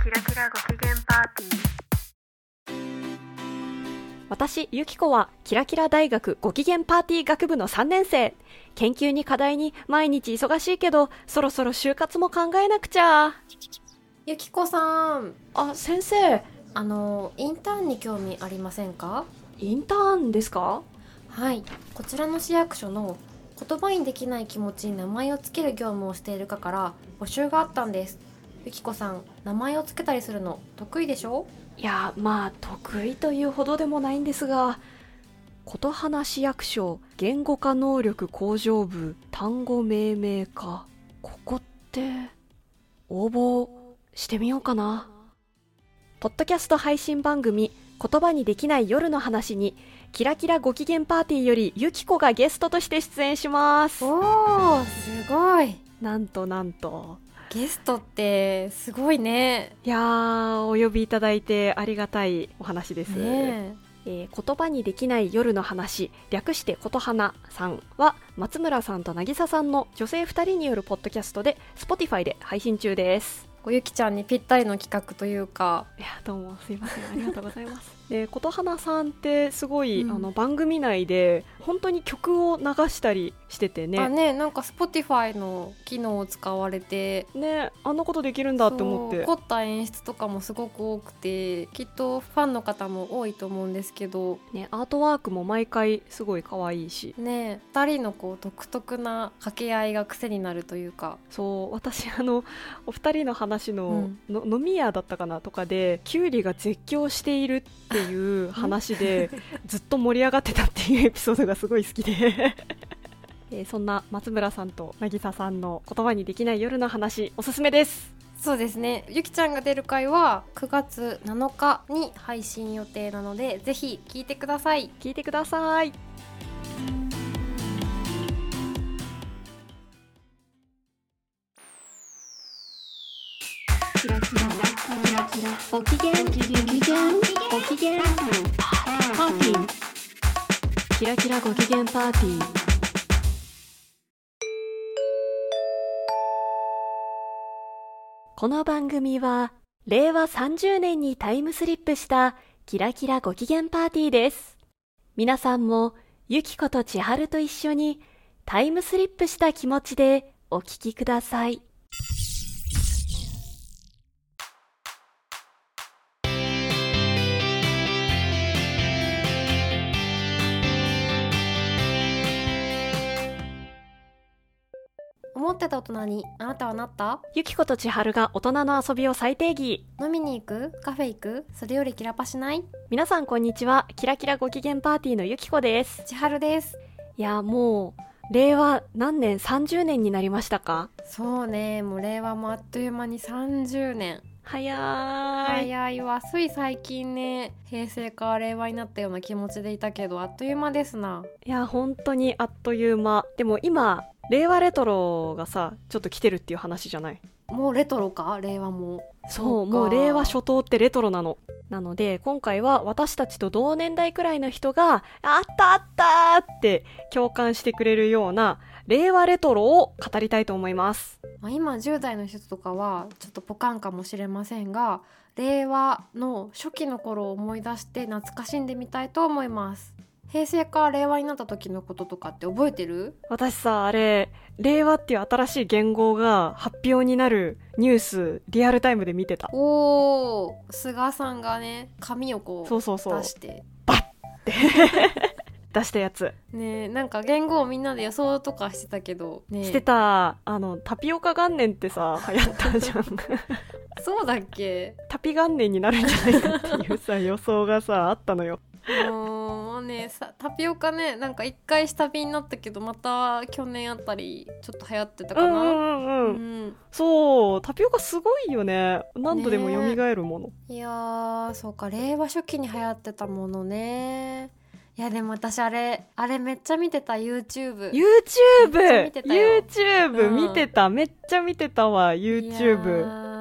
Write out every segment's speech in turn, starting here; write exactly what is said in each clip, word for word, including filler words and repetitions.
キラキラご機嫌パーティー。 私、ゆきこはキラキラ大学ご機嫌パーティー学部のさんねん生。研究に課題に毎日忙しいけど、そろそろ就活も考えなくちゃ。 ゆきこさん、 あ、先生。 あのインターンに興味ありませんか？ インターンですか？ はい、こちらの市役所の言葉にできない気持ちに名前をつける業務をしているかから募集があったんです。ゆきこさん、名前をつけたりするの得意でしょ？ いや、まあ得意というほどでもないんですが、琴花市役所言語化能力向上部単語命名課、ここって応募してみようかな。ポッドキャスト配信番組言葉にできない夜の話にキラキラご機嫌パーティーよりゆきこがゲストとして出演します。 おー、すごい。 なんとなんとゲストってすごいね。 いやー、お呼びいただいてありがたいお話です。 ねえー、言葉にできない夜の話、略してことはなさんは松村さんと渚さんの女性ふたりによるポッドキャストで Spotify で配信中です。 おゆきちゃんにぴったりの企画というか。 いや、どうもすいません、ありがとうございますで、ことはなさんってすごい、 うん、 あの番組内で本当に曲を流したりしててね。 あね、なんか Spotify の機能を使われてね、あんなことできるんだって思って。 凝った演出とかもすごく多くて、きっとファンの方も多いと思うんですけど、 ね、アートワークも毎回すごい可愛いしね、ふたりのこう独特な掛け合いが癖になるというか。 そう、私あのお二人の話の、 うんの飲み屋だったかなとかでキュウリが絶叫しているっていう話でずっと盛り上がってたっていうエピソードがすごい好きでえーそんな松村さんと渚さんの言葉にできない夜の話おすすめです。 そうですね、ゆきちゃんが出る回はくがつなのかに配信予定なので、ぜひ聞いてください。 聞いてください。キラキラキラキラご機嫌ご機嫌ご機嫌パーティー、キラキラご機嫌パーティー。この番組はれいわさんじゅうねんにタイムスリップしたキラキラご機嫌パーティーです。皆さんもゆきこと千春と一緒にタイムスリップした気持ちでお聞きください。 思ってた大人にあなたはなった？ ゆきこと千春が大人の遊びを再定義。 飲みに行く？カフェ行く？それよりキラパしない？ 皆さんこんにちは。キラキラご機嫌パーティーのゆきこです。 千春です。 いや、もうれいわ何年？さんじゅうねんになりましたか？ そうね、もう令和もあっという間にさんじゅうねん。 早い。 早いわ。つい最近ね、平成から令和になったような気持ちでいたけど、あっという間ですな。 いや、本当にあっという間。でも今令和レトロがさ、ちょっと来てるっていう話じゃない？ もうレトロか？令和も。 そう、もう令和初頭ってレトロなの。なので今回は私たちと同年代くらいの人があったあったって共感してくれるような令和レトロを語りたいと思います。 まあ、今じゅう代の人とかはちょっとポカンかもしれませんが、令和の初期の頃を思い出して懐かしんでみたいと思います。平成から令和になった時のこととかって覚えてる？ 私さ、あれ令和っていう新しい言語が発表になるニュースリアルタイムで見てた。 おー、菅さんがね、紙をこうそうそうそう出してバッて出したやつね。なんか言語をみんなで予想とかしてたけど、ね、 してた。あのタピオカ元年ってさ流行ったじゃんそうだっけ？ タピ元年になるんじゃないかっていうさ予想がさあったのよ。 もうね、さタピオカね、なんか一回下火になったけど、また去年あたりちょっと流行ってたかな。 うんうんうん、うん、そう、タピオカすごいよね。何度でも蘇るもの、ね、 いやー、そうか、令和初期に流行ってたものね。いやでも私あれあれめっちゃ見てた。 YouTube YouTube めっちゃ見てたよ。 YouTube 見てた、うん、めっちゃ見てたわ YouTube。 いや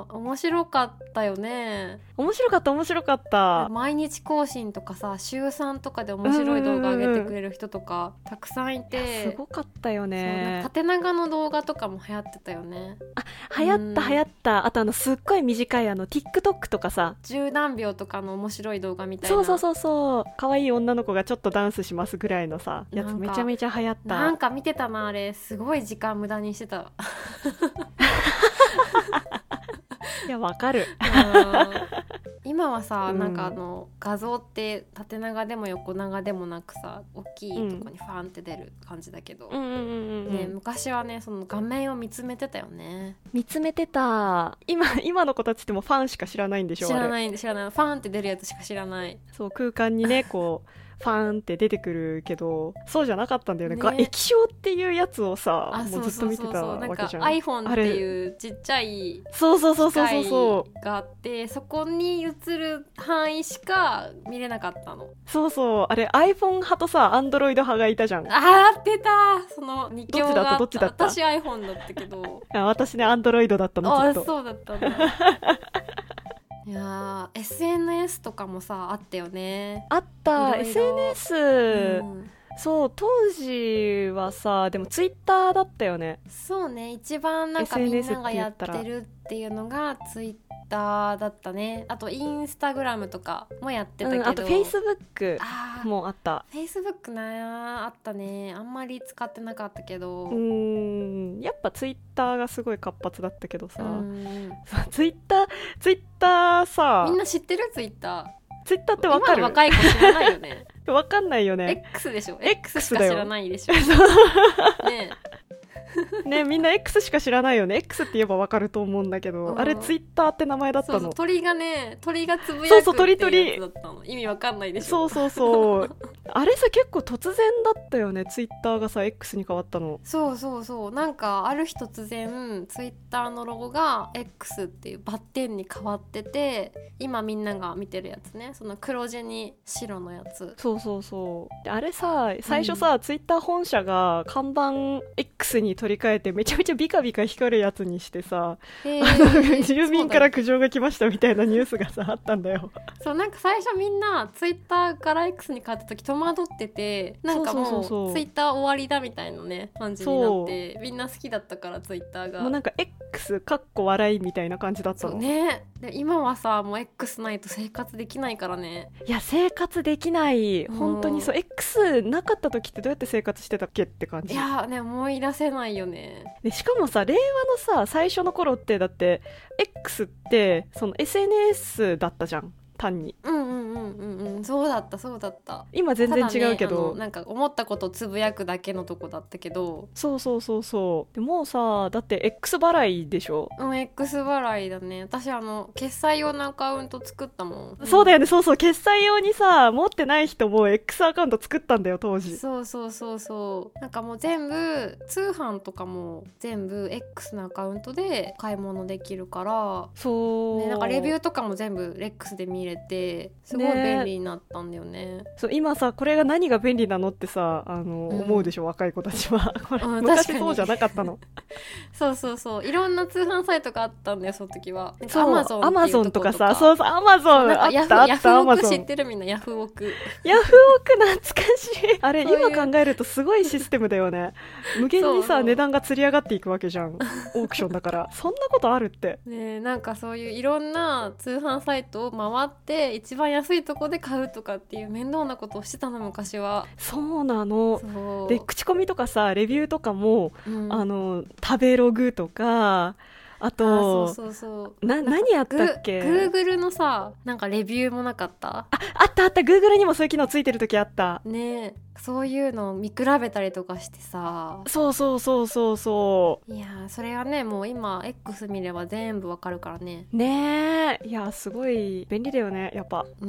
面白かったよね。 面白かった面白かった。 毎日更新とかさ、週さんとかで面白い動画上げてくれる人とかたくさんいて、 すごかったよそうなんね。 か縦長の動画とかも流行ってたよね。 流行った流行った。あとあのすっごい短いあの TikTok とかさ、 十何秒とかの面白い動画みたいな。 そうそうそうそう、可愛い女の子がちょっとダンスしますぐらいのさやつめちゃめちゃ流行った。 なんか見てたな、あれすごい時間無駄にしてた。 いやわかる。 今はさ、 うん、 なんかあの画像って縦長でも横長でもなくさ、大きいとこにファンって出る感じだけど、 うんうんうんうん、 ね、昔はねその画面を見つめてたよね。 見つめてた。今今の子たちってもファンしか知らないんでしょ。 知らない知らない、ファンって出るやつしか知らない。 そう空間にねこうファンって出てくるけど、そうじゃなかったんだよね。 ね、 液晶っていうやつをさ、 あ、 もうずっと見てたわけじゃん。 なんか iPhone っていうちっちゃいそうそうそうそうそうそうがあって、そこに映る範囲しか見れなかったの。 そうそう、あれ iPhone 派とさ Android 派がいたじゃん。 あー出た、そのに強があった。 どっちだったどっちだった。 私 iPhone だったけど。 あ、私ね Android だったの。 あ、 ずっと。 そうだったんだ。いや エスエヌエス とかもさあったよね。 あった。 いろいろエスエヌエス、うん、そう当時はさでも Twitter だったよね。 そうね、一番なんかみんながやってるっていうのが Twitterだったね。あとインスタグラムとかもやってたけど、うん、 あと Facebook もあった。 Facebook なあったね。あんまり使ってなかったけど、 うーんやっぱ Twitter がすごい活発だったけどさ、うん、 ツイッターツイッターさみんな知ってる？ツイッターツイッターってわかる？ 今の若い子知らないよね。 わかんないよね。 X でしょ。 X X しか知らないでしょ。ねね、みんな X しか知らないよね。 X って言えばわかると思うんだけど、うん、あれツイッターって名前だったの。 そうそう、鳥がね、鳥がつぶやくっていうやつだったの。意味わかんないでしょ。 そうそうそうあれさ結構突然だったよね。ツイッターがさ X に変わったの。 そうそうそう、なんかある日突然ツイッターのロゴが X っていうバッテンに変わってて、今みんなが見てるやつね、その黒地に白のやつ。 そうそうそう。であれさ最初さ、うん、ツイッター本社が看板 X に取り替えてめちゃめちゃビカビカ光るやつにしてさ、えー、住民から苦情が来ましたみたいなニュースがさあったんだよ。 そう、なんか最初みんなツイッターから X に変わった時戸惑ってて、なんかもうツイッター終わりだみたいなね感じになって、みんな好きだったからツイッターがもうなんか X かっこ笑いみたいな感じだったの。 そうね。で今はさもう X ないと生活できないからね。 いや生活できない、本当にそう。 X なかった時ってどうやって生活してたっけって感じ。 いやね思い出せないよね。 でしかもさ令和のさ最初の頃ってだって X ってその エスエヌエス だったじゃん単に。 うんうんうんうんうん、そうだったそうだった。 今全然違うけど、 ね、なんか思ったことをつぶやくだけのとこだったけど。 そうそうそうそう。でもうさだって X 払いでしょ。 うん X 払いだね。私あの決済用のアカウント作ったもん、うん、 そうだよね。そうそう、決済用にさ持ってない人も X アカウント作ったんだよ当時。 そうそうそうそう。なんかもう全部通販とかも全部 X のアカウントで買い物できるから、 そう、 ね、なんかレビューとかも全部 X で見れてすごい便利になったんだよね。 そう今さこれが何が便利なのってさあの、うん、思うでしょ若い子たちは。これ、うん、昔そうじゃなかったの。 そうそうそう、いろんな通販サイトがあったんだよその時は。 そう Amazon とかさ、そうそう Amazon あったあった。 ヤフオク知ってる？みんなヤフオク。 ヤフオク懐かしい。あれ今考えるとすごいシステムだよね。無限にさそうそう値段がつり上がっていくわけじゃんオークションだから。そんなことあるってね。なんかそういういろんな通販サイトを回って一番安いとこで買うとかっていう面倒なことをしてたの昔は。 そうなの。で口コミとかさレビューとかも、うん、あの食べログとかあとあそうそうそうな何やったっけ。 Google のさなんかレビューもなかった？ ああったあった。 Google にもそういう機能ついてる時あったね。そういうのを見比べたりとかしてさ。 そうそうそうそうそう。 いやそれはねもう今 X 見れば全部わかるからね。 ねえ、いやすごい便利だよねやっぱ。 うん。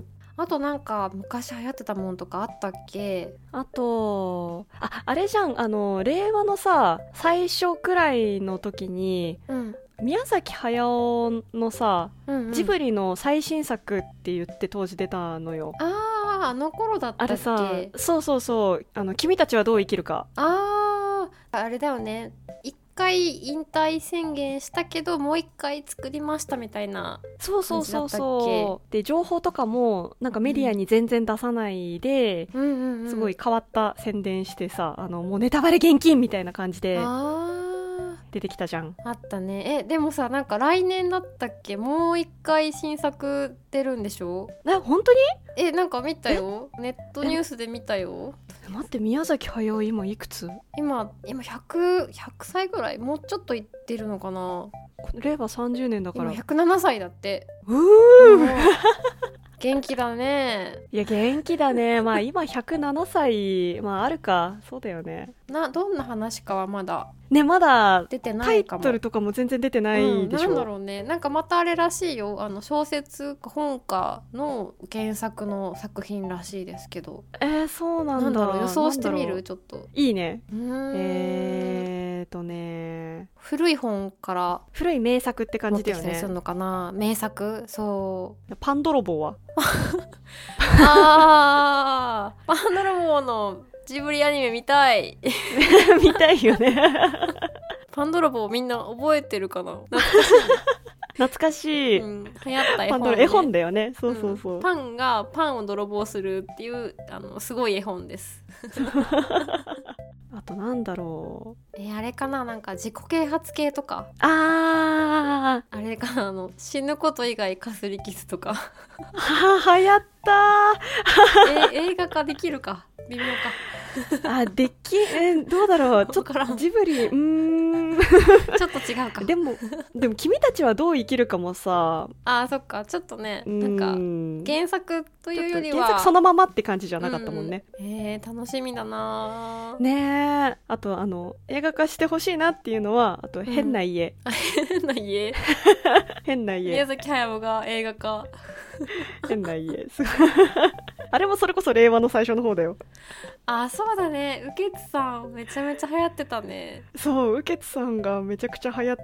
あとなんか昔流行ってたもんとかあったっけ？ あと あ, あれじゃん、あの令和のさ最初くらいの時に、うん、宮崎駿のさ、うんうん、ジブリの最新作って言って当時出たのよ。 あああの頃だったっけ？あれさそうそうそう、あの君たちはどう生きるか。 あああれだよね。 回引退宣言したけどもう一回作りましたみたいな。 そうそうそう感じだそうで情報とかもなんかメディアに全然出さないで、 うんうんうん、 すごい変わった宣伝してさ、あのもうネタバレ厳禁みたいな感じであ出てきたじゃん。 あったね。えでもさ、なんか来年だったっけ、もう一回新作出るんでしょ。 え本当に？ えなんか見たよ、ネットニュースで見たよ。 待って、宮崎駿今いくつ？ 今今ひゃく、ひゃくさいぐらい、もうちょっといってるのかな。 令和さんじゅうねんだから今ひゃくななさいだって。 うーもう元気だね。 いや元気だね。まあ今ひゃくななさい、まああるか。そうだよね。 などんな話かはまだねまだ出てなタイいかも。 トルとかも全然出てないでしょ、 うん、なんだろうね。なんかまたあれらしいよ、あの小説か本かの原作の作品らしいですけど。 えー、そうなんだ。 なんだろう、予想してみなんだろうる？ちょっといいね。 うーんえーとね古い本から古い名作って感持っじだよねてきたりする。のかな。名作。そうパン泥棒はあーパンドラモのジブリアニメ見たい。 見たいよね。 パンドラボみんな覚えてるかな。 懐かしい、 うん、流行った絵本、ね、 パンドラ絵本だよね。そうそうそう、 ん、パンがパンを泥棒するっていうあのすごい絵本です。 あとなんだろう、 えー、あれかな、なんか自己啓発系とか。 ああれかな、あの死ぬこと以外かすり傷とか。 ーは流行ったえー、映画化できるか微妙か。 あできえどうだろう、ちょっわからんとジブリうーんちょっと違うか。 でもでも君たちはどう生きるかもさ、 あーそっか、ちょっとね、なんかん原作というよりは原作そのままって感じじゃなかったもんね、 うんうん、えー、楽しみだな。 ねえ。あとあの映画化してほしいなっていうのは、あと変な家、 変な家。 変な家宮崎駿が映画化。 変な家すごいあれもそれこそ令和の最初の方だよ。 あ、そうだね、ウケツさんめちゃめちゃ流行ってたね。 そうウケツさんがめちゃくちゃ流行って、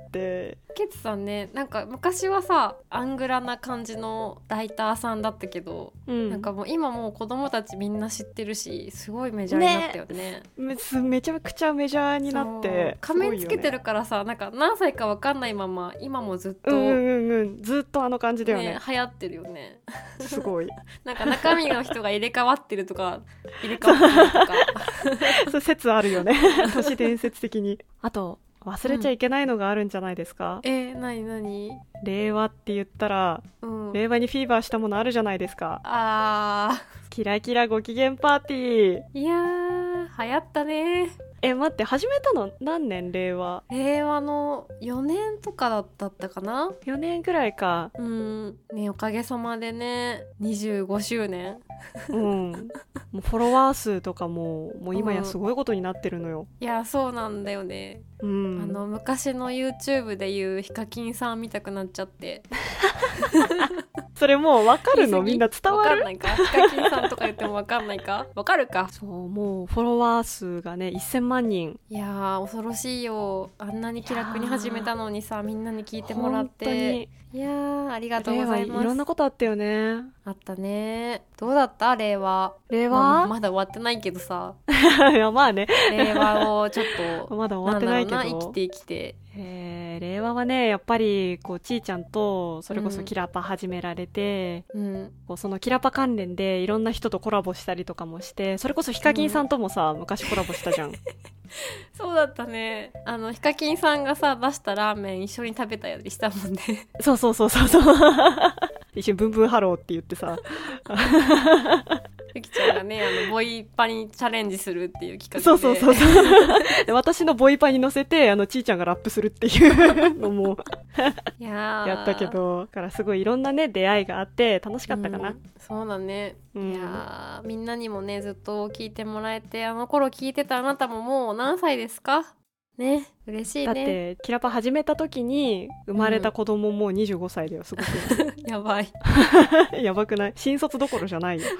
ウケツさんね、なんか昔はさアングラな感じのライターさんだったけど、 うん、 なんかもう今もう子供たちみんな知ってるし、すごいメジャーになったよ ね, ねめ, めちゃくちゃメジャーになって仮面つけてるるからさ、なんか何歳か分かんないまま今もずっと、 うんうんうんずっとあの感じだよねね、流行ってるよね。 すごいなんか中身の人が入れ替わってるとか入れ替わってないとかそういう説あるよね都市伝説的に。あと忘れちゃいけないのがあるんじゃないですか、 うん、えー、なになに。 令和って言ったら、 うん、 令和にフィーバーしたものあるじゃないですか。 あーキラキラご機嫌パーティー。 いやー流行ったね。 え待って始めたの何年？令和令和のよねんとかだったかな。 よねんぐらいか。 うんね、おかげさまでねにじゅうごしゅうねん。 うんもうフォロワー数とかももう今やすごいことになってるのよ、 いやそうなんだよね、 うん、 あの昔の YouTube でいうヒカキンさん見たくなっちゃって。 それもう分かるの？みんな伝わる？ 分かんないか、ヒカキンさんとか言っても分かんないか。分かるか。 そうもうフォロワー数がねせんまんにん。 いやー恐ろしいよ。あんなに気楽に始めたのにさ、みんなに聞いてもらって本当にいやーありがとうございます。 令和いろんなことあったよね。 あったね。どうだった令和。 令和、 まあ、まだ終わってないけどさいやまあね令和をちょっとまだ終わってないけどなんだろうな、生きて生きて、 えー、令和はねやっぱりこうちーちゃんとそれこそキラパ始められて、 うん、 こうそのキラパ関連でいろんな人とコラボしたりとかもして、それこそヒカキンさんともさ、うん、昔コラボしたじゃん。 そうだったね。あのヒカキンさんがさ出したラーメン一緒に食べたりしたもんね。 そうそうそうそうそう一瞬ブンブンハローって言ってさゆきちゃんがねあのボイパにチャレンジするっていう企画で、 そうそうそうそう私のボイパに乗せてあのちーちゃんがラップするっていうのもいややったけど、だからすごいいろんなね出会いがあって楽しかったかな、 うん、そうだね、 うん、 いやみんなにもねずっと聞いてもらえて、あの頃聞いてたあなたももう何歳ですかね。嬉しいね。 だってキラパ始めた時に生まれた子供もうにじゅうごさいだよ。すごくやばいやばくない？新卒どころじゃないよ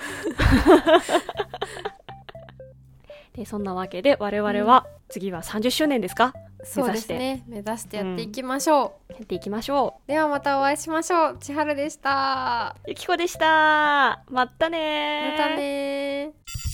でそんなわけで我々は次はさんじゅっしゅうねんですか、 うん、そうですね、目指してやっていきましょう、 うん、やっていきましょう。ではまたお会いしましょう。千春でした。 ゆきこでした。またねまたね。